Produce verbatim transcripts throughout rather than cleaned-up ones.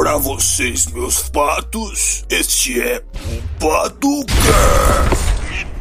pra vocês, meus patos. Este é o PatoCast.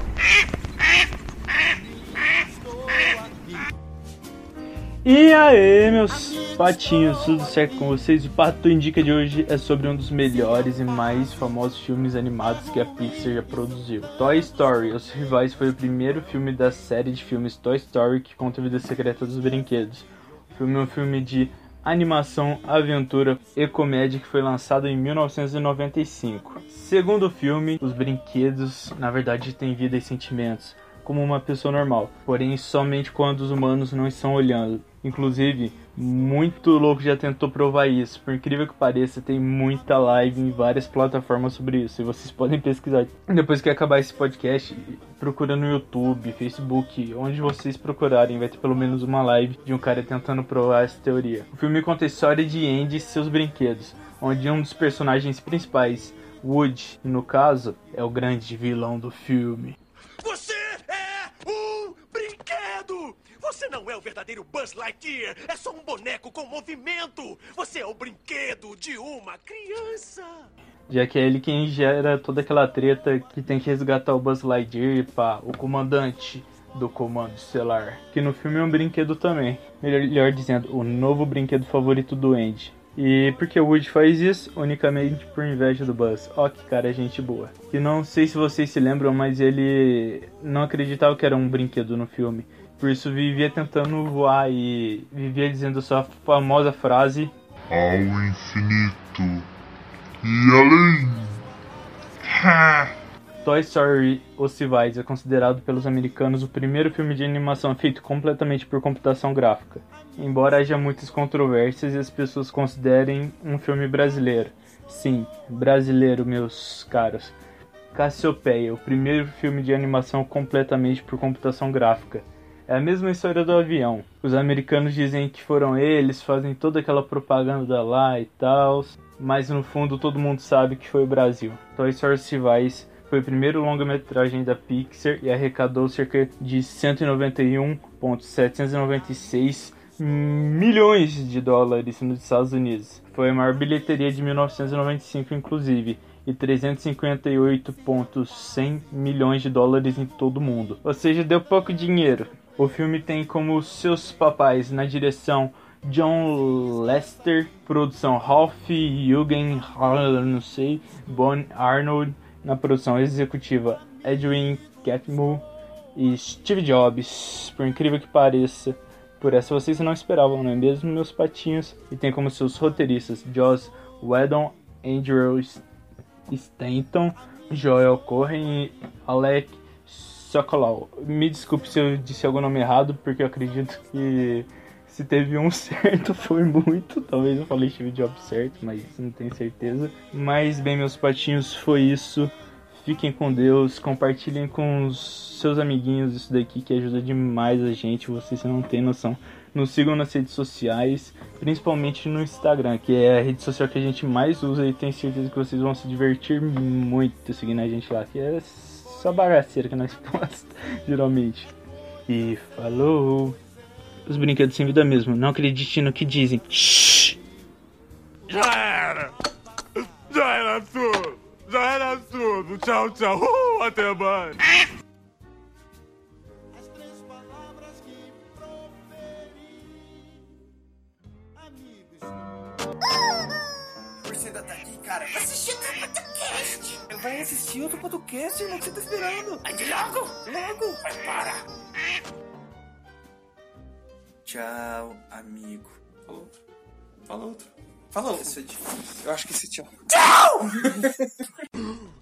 E aí, meus patinhos, tudo certo com vocês? O Pato Indica de hoje é sobre um dos melhores e mais famosos filmes animados que a Pixar já produziu. Toy Story, Os Rivais, foi o primeiro filme da série de filmes Toy Story que conta a vida secreta dos brinquedos. O filme é um filme de animação, aventura e comédia que foi lançado em mil novecentos e noventa e cinco. Segundo o filme, os brinquedos na verdade têm vida e sentimentos, como uma pessoa normal, porém somente quando os humanos não estão olhando. Inclusive, muito louco já tentou provar isso. Por incrível que pareça, tem muita live em várias plataformas sobre isso, e vocês podem pesquisar. Depois que acabar esse podcast, procura no YouTube, Facebook, onde vocês procurarem, vai ter pelo menos uma live de um cara tentando provar essa teoria. O filme conta a história de Andy e seus brinquedos, onde um dos personagens principais, Woody, no caso, é o grande vilão do filme. Você é um brinquedo! Você não é o verdadeiro Buzz Lightyear! É só um boneco com movimento! Você é o brinquedo de uma criança! Já que é ele quem gera toda aquela treta que tem que resgatar o Buzz Lightyear, pá, o comandante do Comando Estelar, que no filme é um brinquedo também. Melhor dizendo, o novo brinquedo favorito do Andy. E por que o Woody faz isso? Unicamente por inveja do Buzz. Ó, que cara, gente boa. E não sei se vocês se lembram, mas ele não acreditava que era um brinquedo no filme. Por isso vivia tentando voar e vivia dizendo sua famosa frase: ao infinito e além. Toy Story Os Rivais é considerado pelos americanos o primeiro filme de animação feito completamente por computação gráfica. Embora haja muitas controvérsias e as pessoas considerem um filme brasileiro. Sim, brasileiro, meus caros. Cassiopeia, o primeiro filme de animação completamente por computação gráfica. É a mesma história do avião. Os americanos dizem que foram eles, fazem toda aquela propaganda lá e tal, mas no fundo todo mundo sabe que foi o Brasil. Toy Story Os Rivais foi o primeiro longa-metragem da Pixar e arrecadou cerca de cento e noventa e um vírgula setecentos e noventa e seis milhões de dólares nos Estados Unidos. Foi a maior bilheteria de mil novecentos e noventa e cinco, inclusive, e trezentos e cinquenta e oito vírgula cem milhões de dólares em todo o mundo. Ou seja, deu pouco dinheiro. O filme tem como seus papais na direção John Lester, produção Ralph Eugen, não sei, Bon Arnold, na produção executiva Edwin Catmull e Steve Jobs. Por incrível que pareça, por essa vocês não esperavam, não é mesmo, meus patinhos? E tem como seus roteiristas Joss Whedon, Andrew Stanton, Joel Cohen e Alec Sokolow. Me desculpe se eu disse algum nome errado, porque eu acredito que se teve um certo foi muito. Talvez eu falei Steve Jobs certo, mas não tenho certeza. Mas bem, meus patinhos, foi isso. Fiquem com Deus, compartilhem com os seus amiguinhos isso daqui que ajuda demais a gente, vocês não têm noção. Nos sigam nas redes sociais, principalmente no Instagram, que é a rede social que a gente mais usa, e tenho certeza que vocês vão se divertir muito seguindo a gente lá, que é só bagaceira que nós postamos, geralmente. E falou! Os brinquedos sem vida mesmo, não acredite no que dizem. Shhh! Já era! Já era tudo! Já era tudo! Tchau, tchau! Uh, até mais! As três palavras que proferi, amigos. Você ainda tá aqui, cara? Assistir outro podcast. Vai assistir outro podcast, irmão, que você tá esperando? Ande logo. Logo. Vai, para. Tchau, amigo. Falou outro. Fala outro. Fala outro. Isso é difícil. Eu acho que esse tchau. Tchau!